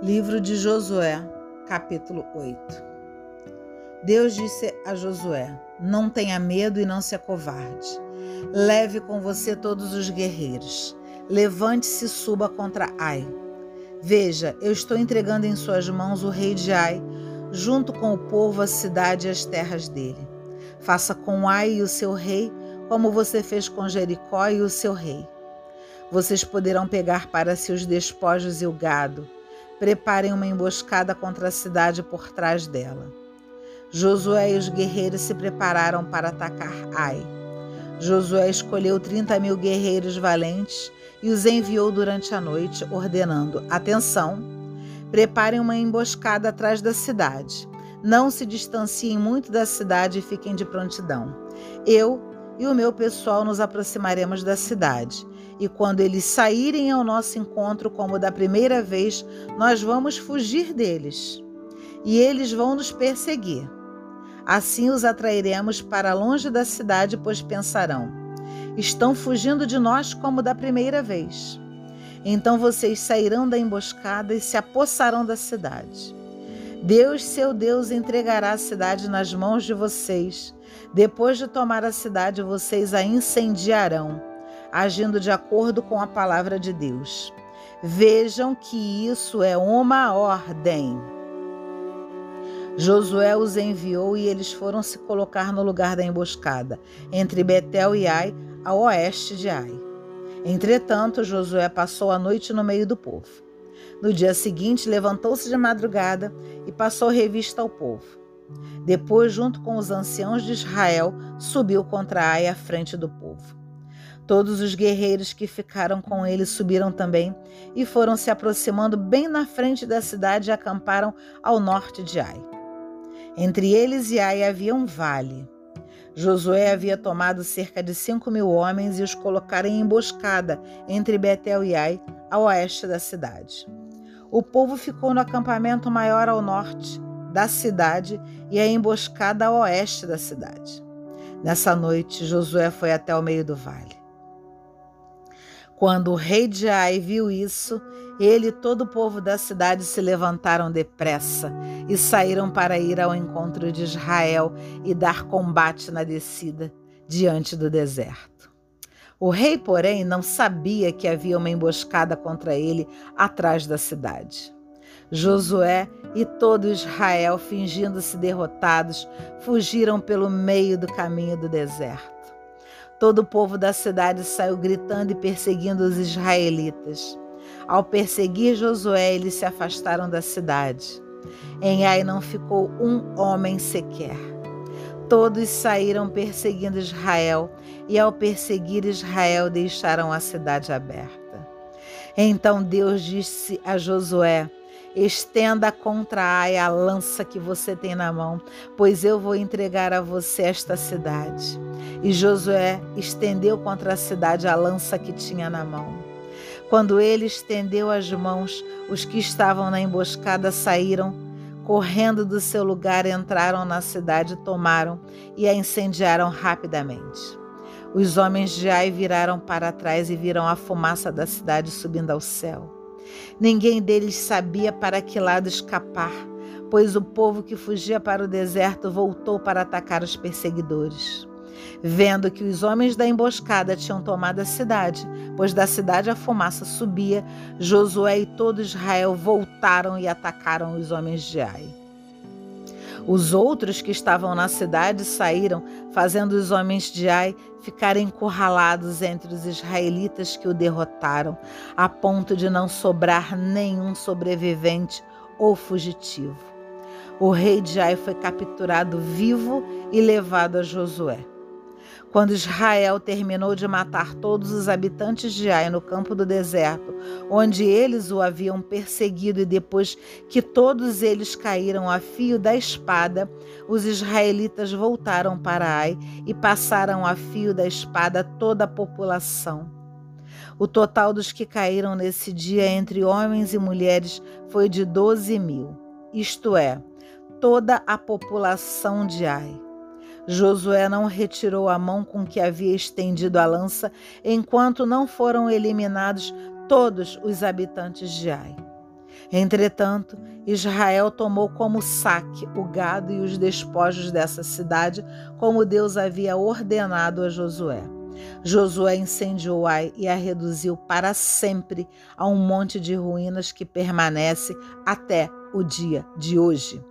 Livro de Josué, capítulo 8. Deus disse a Josué: não tenha medo e não se acovarde. Leve com você todos os guerreiros. Levante-se e suba contra Ai. Veja, eu estou entregando em suas mãos o rei de Ai, junto com o povo, a cidade e as terras dele. Faça com Ai e o seu rei como você fez com Jericó e o seu rei. Vocês poderão pegar para si os despojos e o gado. Preparem uma emboscada contra a cidade por trás dela. Josué e os guerreiros se prepararam para atacar Ai. Josué escolheu 30.000 guerreiros valentes e os enviou durante a noite, ordenando: atenção, preparem uma emboscada atrás da cidade. Não se distanciem muito da cidade e fiquem de prontidão. Eu e o meu pessoal nos aproximaremos da cidade. E quando eles saírem ao nosso encontro como da primeira vez, nós vamos fugir deles. E eles vão nos perseguir. Assim os atrairemos para longe da cidade, pois pensarão: estão fugindo de nós como da primeira vez. Então vocês sairão da emboscada e se apossarão da cidade. Deus, seu Deus, entregará a cidade nas mãos de vocês. Depois de tomar a cidade, vocês a incendiarão, agindo de acordo com a palavra de Deus. Vejam que isso é uma ordem. Josué os enviou e eles foram se colocar no lugar da emboscada, entre Betel e Ai, a oeste de Ai. Entretanto, Josué passou a noite no meio do povo. No dia seguinte, levantou-se de madrugada e passou revista ao povo. Depois, junto com os anciãos de Israel, subiu contra Ai à frente do povo. Todos os guerreiros que ficaram com ele subiram também e foram se aproximando bem na frente da cidade e acamparam ao norte de Ai. Entre eles e Ai havia um vale. Josué havia tomado cerca de 5.000 homens e os colocara em emboscada entre Betel e Ai, a oeste da cidade. O povo ficou no acampamento maior ao norte da cidade e a emboscada a oeste da cidade. Nessa noite, Josué foi até o meio do vale. Quando o rei de Ai viu isso, ele e todo o povo da cidade se levantaram depressa e saíram para ir ao encontro de Israel e dar combate na descida diante do deserto. O rei, porém, não sabia que havia uma emboscada contra ele atrás da cidade. Josué e todo Israel, fingindo-se derrotados, fugiram pelo meio do caminho do deserto. Todo o povo da cidade saiu gritando e perseguindo os israelitas. Ao perseguir Josué, eles se afastaram da cidade. Em Ai não ficou um homem sequer. Todos saíram perseguindo Israel, e ao perseguir Israel, deixaram a cidade aberta. Então Deus disse a Josué: estenda contra Ai a lança que você tem na mão, pois eu vou entregar a você esta cidade. E Josué estendeu contra a cidade a lança que tinha na mão. Quando ele estendeu as mãos, os que estavam na emboscada saíram, correndo do seu lugar, entraram na cidade, tomaram e a incendiaram rapidamente. Os homens de Ai viraram para trás e viram a fumaça da cidade subindo ao céu. Ninguém deles sabia para que lado escapar, pois o povo que fugia para o deserto voltou para atacar os perseguidores. Vendo que os homens da emboscada tinham tomado a cidade, pois da cidade a fumaça subia, Josué e todo Israel voltaram e atacaram os homens de Ai. Os outros que estavam na cidade saíram, fazendo os homens de Ai ficarem encurralados entre os israelitas que o derrotaram, a ponto de não sobrar nenhum sobrevivente ou fugitivo. O rei de Ai foi capturado vivo e levado a Josué. Quando Israel terminou de matar todos os habitantes de Ai no campo do deserto, onde eles o haviam perseguido, e depois que todos eles caíram a fio da espada, os israelitas voltaram para Ai e passaram a fio da espada toda a população. O total dos que caíram nesse dia entre homens e mulheres foi de 12.000, isto é, toda a população de Ai. Josué não retirou a mão com que havia estendido a lança, enquanto não foram eliminados todos os habitantes de Ai. Entretanto, Israel tomou como saque o gado e os despojos dessa cidade, como Deus havia ordenado a Josué. Josué incendiou Ai e a reduziu para sempre a um monte de ruínas que permanece até o dia de hoje.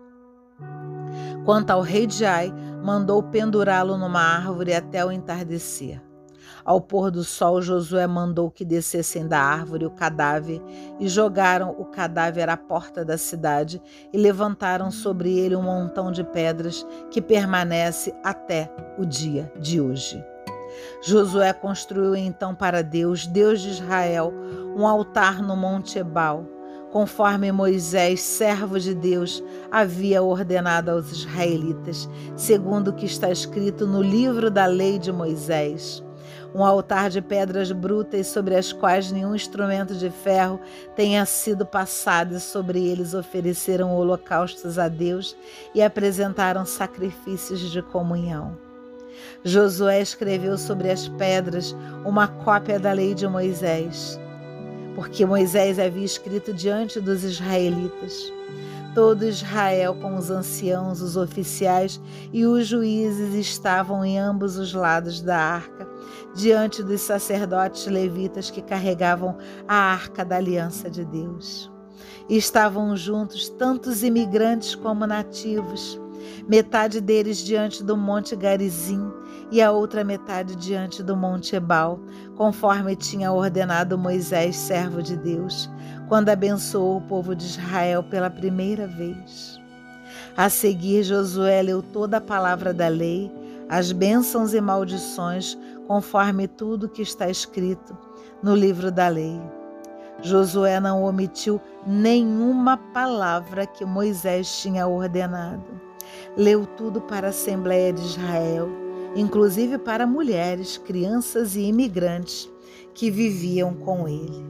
Quanto ao rei de Ai, mandou pendurá-lo numa árvore até o entardecer. Ao pôr do sol, Josué mandou que descessem da árvore o cadáver e jogaram o cadáver à porta da cidade e levantaram sobre ele um montão de pedras que permanece até o dia de hoje. Josué construiu então para Deus, Deus de Israel, um altar no Monte Ebal, conforme Moisés, servo de Deus, havia ordenado aos israelitas, segundo o que está escrito no livro da lei de Moisés. Um altar de pedras brutas sobre as quais nenhum instrumento de ferro tenha sido passado, e sobre eles ofereceram holocaustos a Deus e apresentaram sacrifícios de comunhão. Josué escreveu sobre as pedras uma cópia da lei de Moisés, porque Moisés havia escrito diante dos israelitas. Todo Israel, com os anciãos, os oficiais e os juízes, estavam em ambos os lados da arca, diante dos sacerdotes levitas que carregavam a arca da aliança de Deus. E estavam juntos tantos imigrantes como nativos, metade deles diante do monte Garizim e a outra metade diante do monte Ebal, conforme tinha ordenado Moisés, servo de Deus, quando abençoou o povo de Israel pela primeira vez. A seguir, Josué leu toda a palavra da lei, as bênçãos e maldições, conforme tudo que está escrito no livro da lei. Josué não omitiu nenhuma palavra que Moisés tinha ordenado. Leu tudo para a Assembleia de Israel, inclusive para mulheres, crianças e imigrantes que viviam com ele.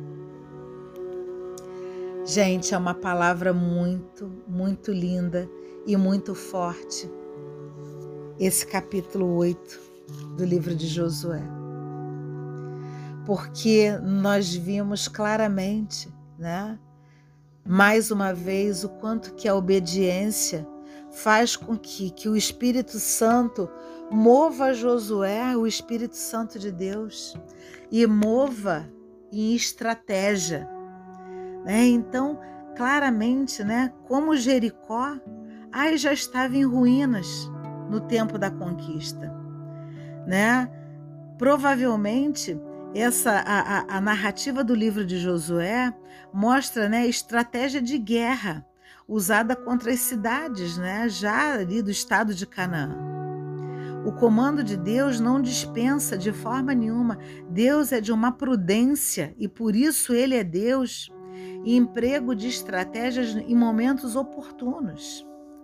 Gente, é uma palavra muito, muito linda e muito forte. Esse capítulo 8 do livro de Josué. Porque nós vimos claramente, né, mais uma vez, o quanto que a obediência faz com que o Espírito Santo mova Josué, o Espírito Santo de Deus, e mova em estratégia. Então, claramente, como Jericó, Ai já estava em ruínas no tempo da conquista. Provavelmente, a narrativa do livro de Josué mostra a estratégia de guerra usada contra as cidades, já ali do estado de Canaã. O comando de Deus não dispensa de forma nenhuma. Deus é de uma prudência e por isso ele é Deus, e emprego de estratégias em momentos oportunos.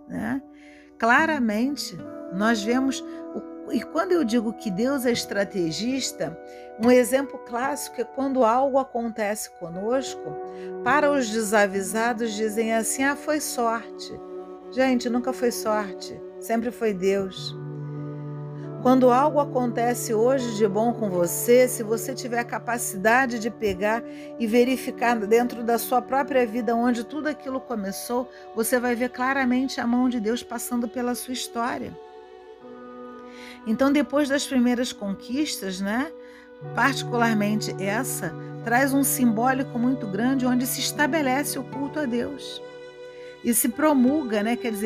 Claramente, nós vemos, e quando eu digo que Deus é estrategista, um exemplo clássico é quando algo acontece conosco, para os desavisados dizem assim, foi sorte. Gente, nunca foi sorte, sempre foi Deus. Quando algo acontece hoje de bom com você, se você tiver a capacidade de pegar e verificar dentro da sua própria vida onde tudo aquilo começou, você vai ver claramente a mão de Deus passando pela sua história. Então, depois das primeiras conquistas, particularmente essa, traz um simbólico muito grande onde se estabelece o culto a Deus. E se promulga,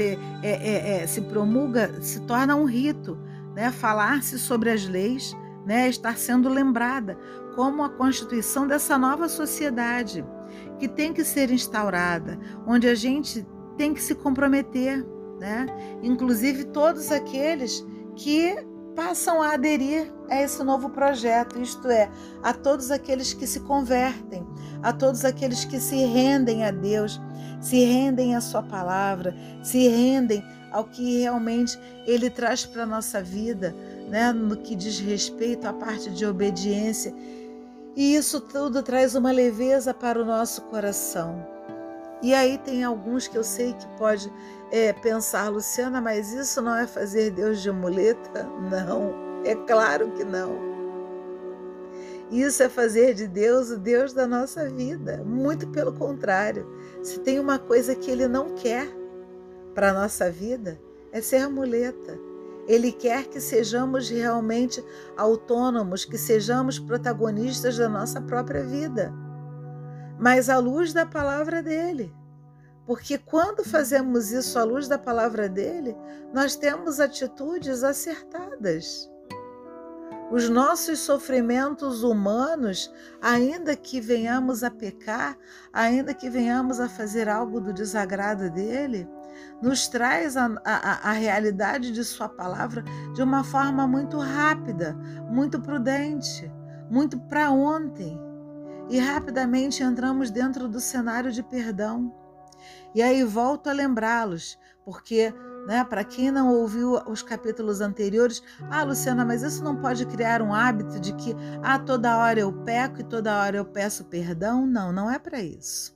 se promulga, se torna um rito, falar-se sobre as leis, estar sendo lembrada como a constituição dessa nova sociedade que tem que ser instaurada, onde a gente tem que se comprometer, inclusive todos aqueles que passam a aderir a esse novo projeto, isto é, a todos aqueles que se convertem, a todos aqueles que se rendem a Deus, se rendem à sua palavra, se rendem ao que realmente Ele traz para a nossa vida, no que diz respeito à parte de obediência. E isso tudo traz uma leveza para o nosso coração. E aí tem alguns que eu sei que pode pensar, Luciana, mas isso não é fazer Deus de muleta? Não, é claro que não. Isso é fazer de Deus o Deus da nossa vida. Muito pelo contrário. Se tem uma coisa que Ele não quer para a nossa vida, é ser muleta. Ele quer que sejamos realmente autônomos, que sejamos protagonistas da nossa própria vida, mas à luz da palavra dele. Porque quando fazemos isso à luz da palavra dele, nós temos atitudes acertadas. Os nossos sofrimentos humanos, ainda que venhamos a pecar, ainda que venhamos a fazer algo do desagrado dele, nos traz a realidade de sua palavra de uma forma muito rápida, muito prudente, muito para ontem. E rapidamente entramos dentro do cenário de perdão. E aí volto a lembrá-los, porque, para quem não ouviu os capítulos anteriores, Luciana, mas isso não pode criar um hábito de que toda hora eu peco e toda hora eu peço perdão? Não, não é para isso.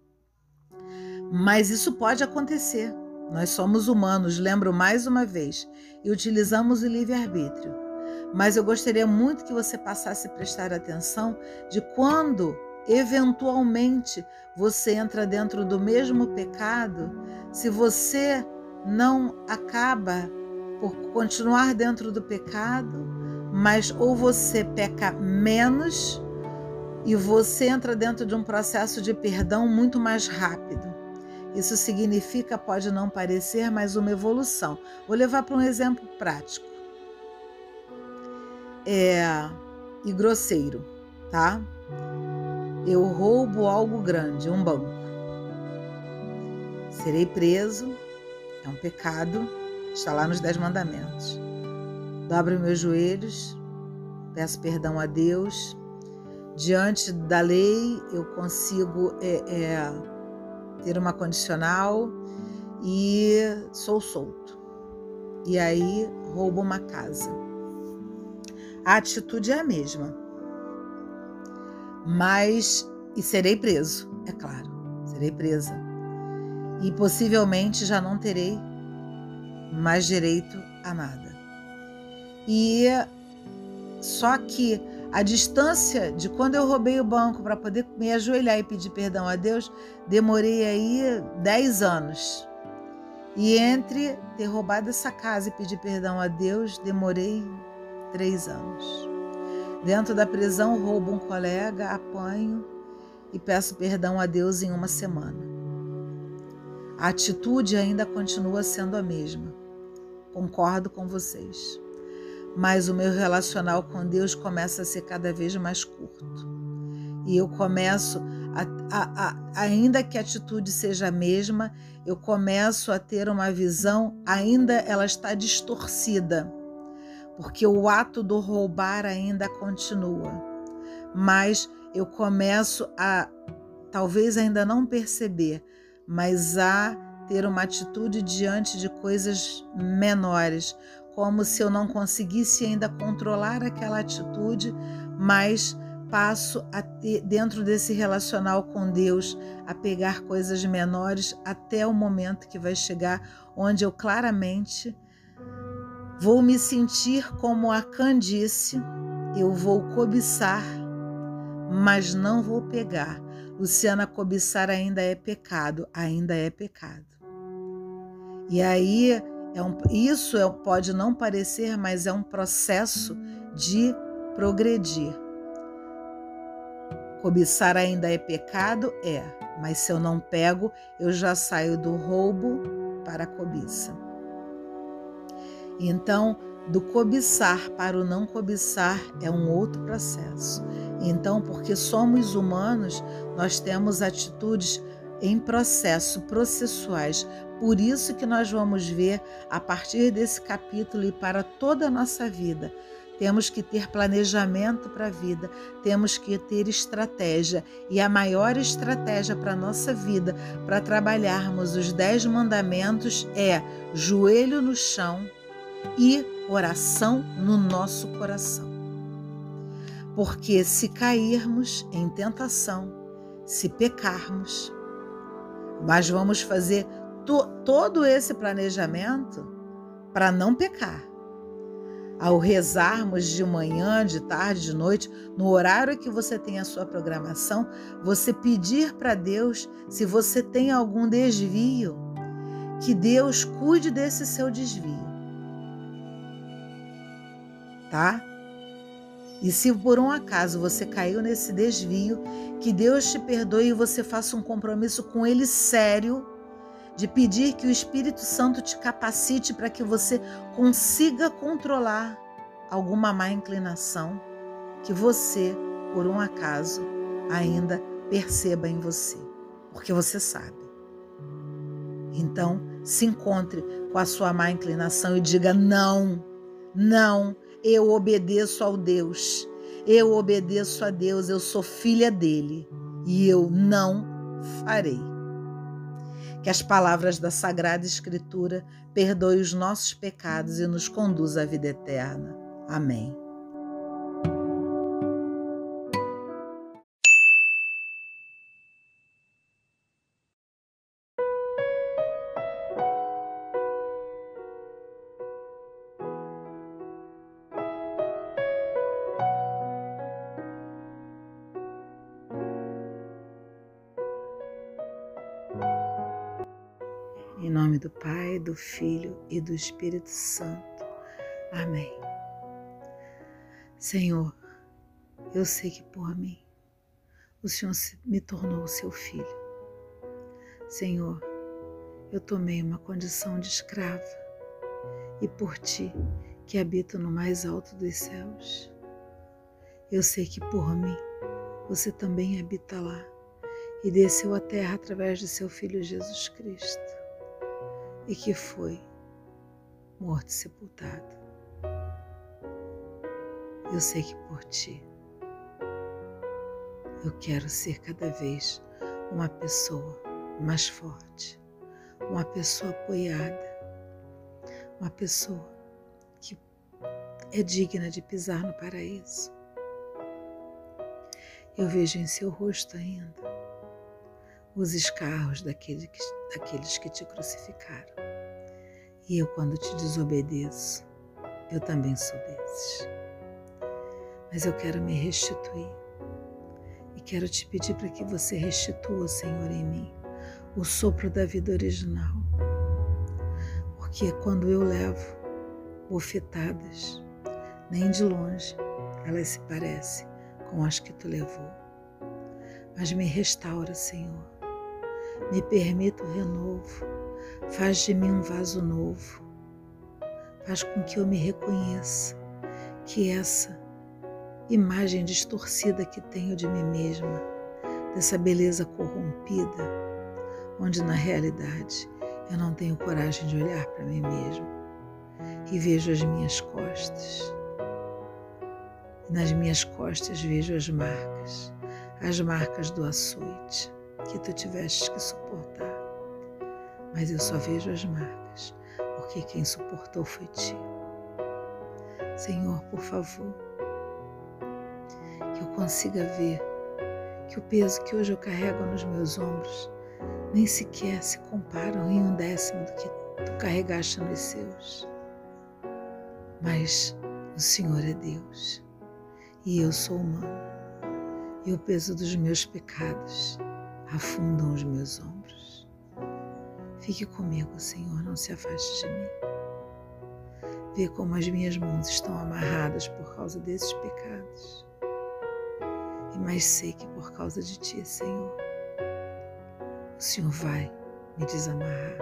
Mas isso pode acontecer. Nós somos humanos, lembro mais uma vez, e utilizamos o livre-arbítrio. Mas eu gostaria muito que você passasse a prestar atenção de quando, eventualmente, você entra dentro do mesmo pecado, se você não acaba por continuar dentro do pecado, mas ou você peca menos e você entra dentro de um processo de perdão muito mais rápido. Isso significa, pode não parecer, mas uma evolução. Vou levar para um exemplo prático. E grosseiro, tá? Eu roubo algo grande, um banco. Serei preso, é um pecado, está lá nos 10 mandamentos. Dobro meus joelhos, peço perdão a Deus. Diante da lei, eu consigo ter uma condicional e sou solto. E aí roubo uma casa. A atitude é a mesma. E serei preso, é claro, serei presa. E possivelmente já não terei mais direito a nada. E só que a distância de quando eu roubei o banco para poder me ajoelhar e pedir perdão a Deus, demorei aí 10 anos. E entre ter roubado essa casa e pedir perdão a Deus, demorei 3 anos. Dentro da prisão, roubo um colega, apanho e peço perdão a Deus em 1 semana. A atitude ainda continua sendo a mesma. Concordo com vocês. Mas o meu relacional com Deus começa a ser cada vez mais curto. E eu começo, ainda que a atitude seja a mesma, eu começo a ter uma visão, ainda ela está distorcida. Porque o ato do roubar ainda continua. Mas eu começo a, talvez ainda não perceber, mas a ter uma atitude diante de coisas menores, como se eu não conseguisse ainda controlar aquela atitude, mas passo a ter, dentro desse relacional com Deus, a pegar coisas menores até o momento que vai chegar, onde eu claramente vou me sentir como Acã disse, eu vou cobiçar, mas não vou pegar. Luciana, cobiçar ainda é pecado, ainda é pecado. E aí, isso pode não parecer, mas é um processo de progredir. Cobiçar ainda é pecado? É, mas se eu não pego, eu já saio do roubo para a cobiça. Então, do cobiçar para o não cobiçar é um outro processo. Então, porque somos humanos, nós temos atitudes em processo, processuais. Por isso que nós vamos ver, a partir desse capítulo e para toda a nossa vida, temos que ter planejamento para a vida, temos que ter estratégia. E a maior estratégia para a nossa vida, para trabalharmos os 10 mandamentos, é joelho no chão, e oração no nosso coração. Porque se cairmos em tentação, se pecarmos, mas vamos fazer todo esse planejamento para não pecar. ao rezarmos de manhã, de tarde, de noite, no horário que você tem a sua programação, você pedir para Deus, se você tem algum desvio, que Deus cuide desse seu desvio, tá? E se por um acaso você caiu nesse desvio, que Deus te perdoe e você faça um compromisso com Ele sério, de pedir que o Espírito Santo te capacite para que você consiga controlar alguma má inclinação que você, por um acaso, ainda perceba em você, porque você sabe. Então, se encontre com a sua má inclinação e diga: não, não, eu obedeço ao Deus, eu obedeço a Deus, eu sou filha dele e eu não farei. Que as palavras da Sagrada Escritura perdoem os nossos pecados e nos conduza à vida eterna. Amém. Em nome do Pai, do Filho e do Espírito Santo. Amém. Senhor, eu sei que por mim o Senhor me tornou seu filho. Senhor, eu tomei uma condição de escrava e por ti, que habito no mais alto dos céus, eu sei que por mim você também habita lá e desceu à terra através de seu Filho Jesus Cristo e que foi morto e sepultado. Eu sei que por ti eu quero ser cada vez uma pessoa mais forte, uma pessoa apoiada, uma pessoa que é digna de pisar no paraíso. Eu vejo em seu rosto ainda os escarros daqueles que te crucificaram. E eu, quando te desobedeço, eu também sou desses. Mas eu quero me restituir e quero te pedir para que você restitua, Senhor, em mim o sopro da vida original. Porque quando eu levo bofetadas, nem de longe elas se parecem com as que tu levou. Mas me restaura, Senhor. Me permita o renovo. Faz de mim um vaso novo. Faz com que eu me reconheça que essa imagem distorcida que tenho de mim mesma, dessa beleza corrompida, onde na realidade eu não tenho coragem de olhar para mim mesmo e vejo as minhas costas. E nas minhas costas vejo as marcas do açoite que tu tivestes que suportar. Mas eu só vejo as marcas, porque quem suportou foi ti. Senhor, por favor, que eu consiga ver que o peso que hoje eu carrego nos meus ombros nem sequer se comparam em 1/10 do que tu carregaste nos seus. Mas o Senhor é Deus e eu sou humano, e o peso dos meus pecados afundam os meus ombros. Fique comigo, Senhor, não se afaste de mim. Vê como as minhas mãos estão amarradas por causa desses pecados. E mais sei que por causa de ti, Senhor, o Senhor vai me desamarrar.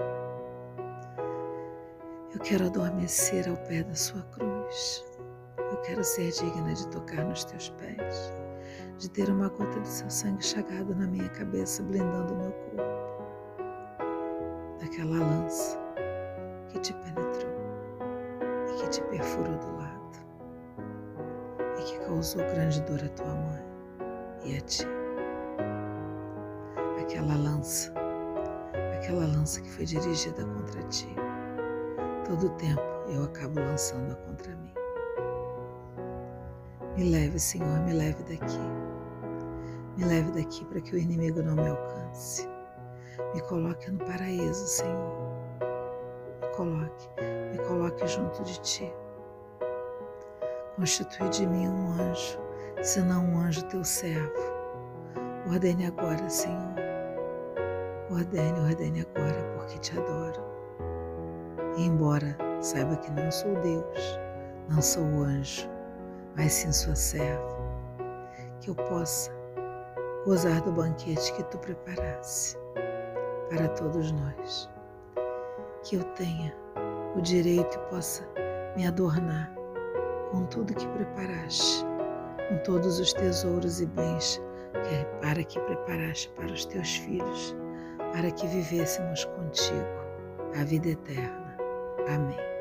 Eu quero adormecer ao pé da sua cruz. Eu quero ser digna de tocar nos teus pés, de ter uma gota do seu sangue chagado na minha cabeça, blindando o meu corpo daquela lança que te penetrou e que te perfurou do lado e que causou grande dor à tua mãe e a ti. Aquela lança que foi dirigida contra ti. Todo o tempo eu acabo lançando-a contra mim. Me leve, Senhor, me leve daqui. Me leve daqui para que o inimigo não me alcance. Me coloque no paraíso, Senhor. Me coloque junto de ti. constitui de mim um anjo, senão um anjo teu servo. Ordene agora, Senhor. Ordene agora, porque te adoro. E embora saiba que não sou Deus, não sou o anjo, mas sim sua serva, que eu possa gozar do banquete que tu preparasse para todos nós. Que eu tenha o direito e possa me adornar com tudo que preparaste, com todos os tesouros e bens para que preparaste para os teus filhos, para que vivêssemos contigo a vida eterna. Amém.